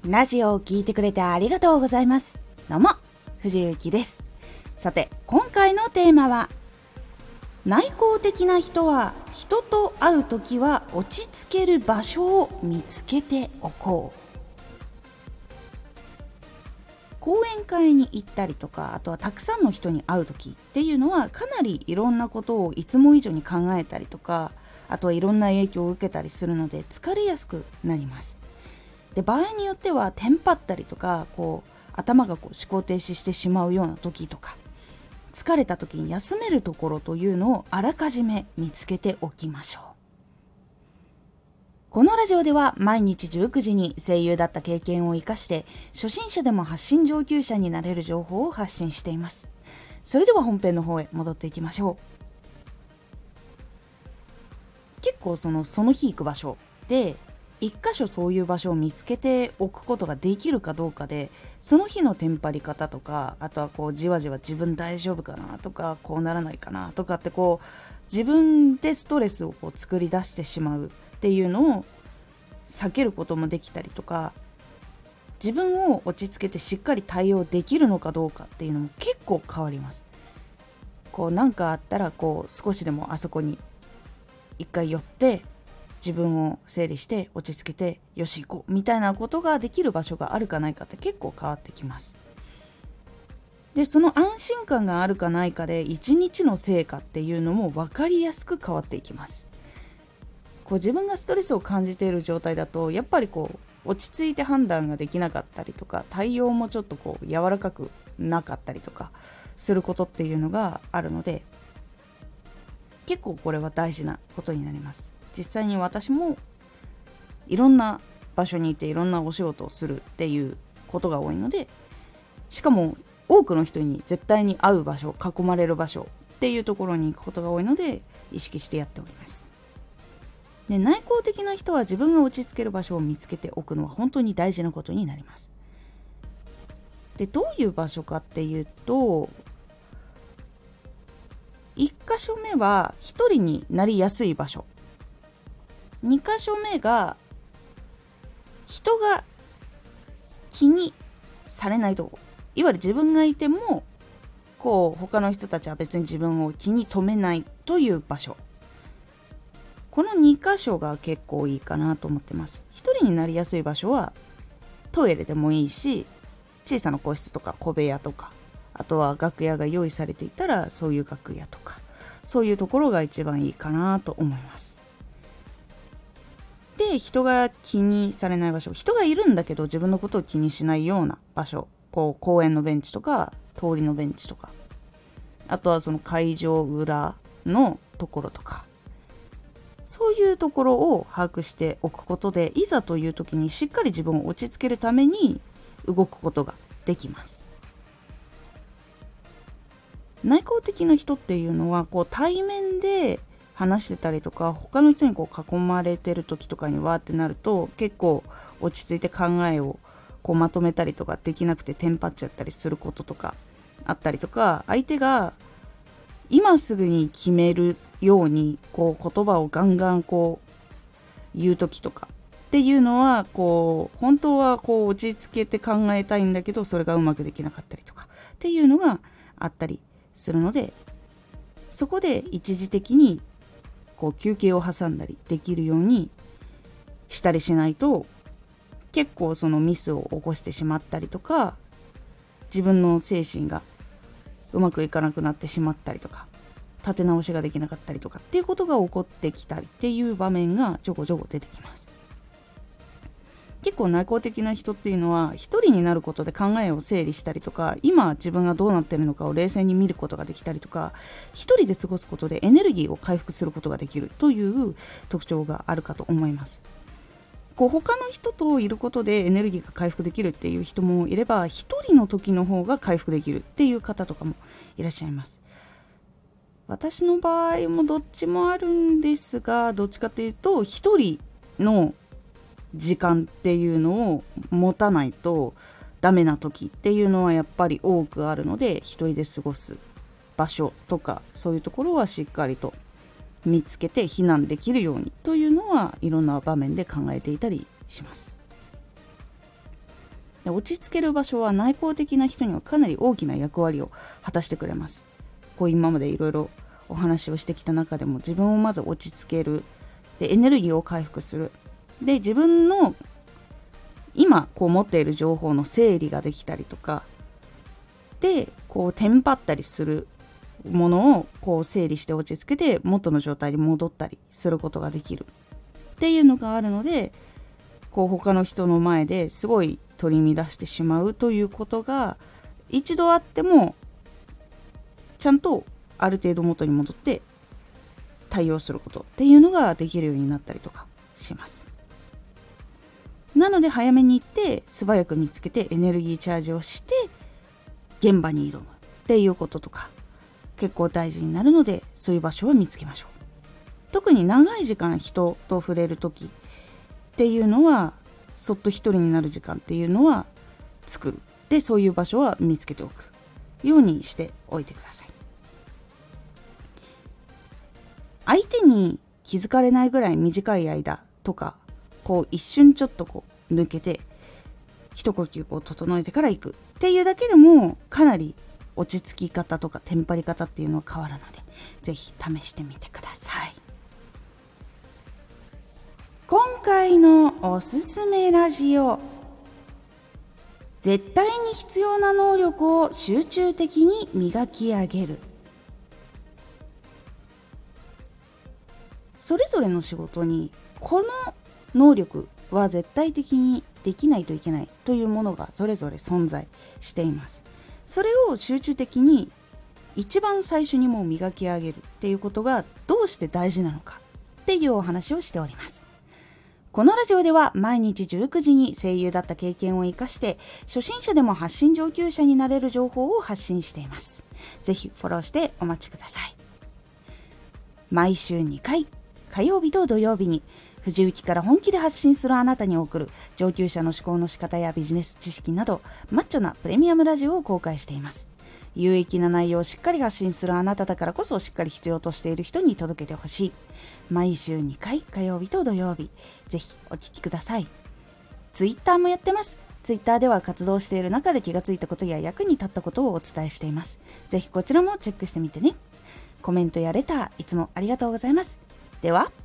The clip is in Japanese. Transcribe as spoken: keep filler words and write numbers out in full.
ラジオを聞いてくれてありがとうございます。どうも藤幸です。さて今回のテーマは、内向的な人は人と会うときは落ち着ける場所を見つけておこう。講演会に行ったりとか、あとはたくさんの人に会うときっていうのは、かなりいろんなことをいつも以上に考えたりとか、あとはいろんな影響を受けたりするので疲れやすくなります。で、場合によってはテンパったりとか、こう頭がこう思考停止してしまうような時とか、疲れた時に休めるところというのをあらかじめ見つけておきましょう。このラジオでは毎日じゅうくじに声優だった経験を生かして、初心者でも発信上級者になれる情報を発信しています。それでは本編の方へ戻っていきましょう。結構そのその日行く場所で一箇所そういう場所を見つけておくことができるかどうかで、その日のテンパり方とか、あとはこうじわじわ自分大丈夫かなとか、こうならないかなとかってこう自分でストレスをこう作り出してしまうっていうのを避けることもできたりとか、自分を落ち着けてしっかり対応できるのかどうかっていうのも結構変わります。こうなんかあったらこう少しでもあそこに一回寄って自分を整理して落ち着けて、よし行こうみたいなことができる場所があるかないかって結構変わってきます。で、その安心感があるかないかで一日の成果っていうのも分かりやすく変わっていきます。こう自分がストレスを感じている状態だと、やっぱりこう落ち着いて判断ができなかったりとか、対応もちょっとこう柔らかくなかったりとかすることっていうのがあるので、結構これは大事なことになります。実際に私もいろんな場所にいていろんなお仕事をするっていうことが多いので、しかも多くの人に絶対に会う場所、囲まれる場所っていうところに行くことが多いので、意識してやっております。で、内向的な人は自分が落ち着ける場所を見つけておくのは本当に大事なことになります。で、どういう場所かっていうと、いっ箇所目は一人になりやすい場所、に箇所目が人が気にされないところ、いわゆる自分がいてもこう他の人たちは別に自分を気に留めないという場所、このに箇所が結構いいかなと思ってます。一人になりやすい場所はトイレでもいいし、小さな個室とか小部屋とか、あとは楽屋が用意されていたらそういう楽屋とか、そういうところが一番いいかなと思います。で、人が気にされない場所、人がいるんだけど自分のことを気にしないような場所、こう公園のベンチとか通りのベンチとか、あとはその会場裏のところとか、そういうところを把握しておくことで、いざという時にしっかり自分を落ち着けるために動くことができます。内向的な人っていうのはこう対面で話してたりとか、他の人にこう囲まれてる時とかにわーってなると、結構落ち着いて考えをこうまとめたりとかできなくてテンパっちゃったりすることとかあったりとか、相手が今すぐに決めるようにこう言葉をガンガンこう言う時とかっていうのは、こう本当はこう落ち着けて考えたいんだけど、それがうまくできなかったりとかっていうのがあったりするので、そこで一時的にこう休憩を挟んだりできるようにしたりしないと、結構そのミスを起こしてしまったりとか、自分の精神がうまくいかなくなってしまったりとか、立て直しができなかったりとかっていうことが起こってきたりっていう場面がちょこちょこ出てきます。結構内向的な人っていうのは一人になることで考えを整理したりとか、今自分がどうなってるのかを冷静に見ることができたりとか、一人で過ごすことでエネルギーを回復することができるという特徴があるかと思います。こう他の人といることでエネルギーが回復できるっていう人もいれば、一人の時の方が回復できるっていう方とかもいらっしゃいます。私の場合もどっちもあるんですが、どっちかというと一人の時間っていうのを持たないとダメな時っていうのはやっぱり多くあるので、一人で過ごす場所とかそういうところはしっかりと見つけて避難できるようにというのはいろんな場面で考えていたりします。 で落ち着ける場所は内向的な人にはかなり大きな役割を果たしてくれます。こう今までいろいろお話をしてきた中でも、自分をまず落ち着ける、でエネルギーを回復する、で自分の今こう持っている情報の整理ができたりとかで、こうテンパったりするものをこう整理して落ち着けて元の状態に戻ったりすることができるっていうのがあるので、こう他の人の前ですごい取り乱してしまうということが一度あっても、ちゃんとある程度元に戻って対応することっていうのができるようになったりとかします。なので早めに行って素早く見つけてエネルギーチャージをして現場に挑むっていうこととか結構大事になるので、そういう場所を見つけましょう。特に長い時間人と触れる時っていうのは、そっと一人になる時間っていうのは作る。でそういう場所は見つけておくようにしておいてください。相手に気づかれないぐらい短い間とか、こう一瞬ちょっとこう抜けて一呼吸こう整えてから行くっていうだけでもかなり落ち着き方とかテンパり方っていうのは変わるので、ぜひ試してみてください。今回のおすすめラジオ、絶対に必要な能力を集中的に磨き上げる。それぞれの仕事にこの能力は絶対的にできないといけないというものがそれぞれ存在しています。それを集中的に一番最初にもう磨き上げるっていうことがどうして大事なのかっていうお話をしております。このラジオでは毎日じゅうくじに声優だった経験を生かして初心者でも発信上級者になれる情報を発信しています。ぜひフォローしてお待ちください。毎週にかい、火曜日と土曜日に藤雪から本気で発信するあなたに送る上級者の思考の仕方やビジネス知識などマッチョなプレミアムラジオを公開しています。有益な内容をしっかり発信するあなただからこそ、しっかり必要としている人に届けてほしい。毎週にかい、火曜日と土曜日、ぜひお聞きください。ツイッターもやってます。ツイッターでは活動している中で気がついたことや役に立ったことをお伝えしています。ぜひこちらもチェックしてみてね。コメントやレターいつもありがとうございます。では。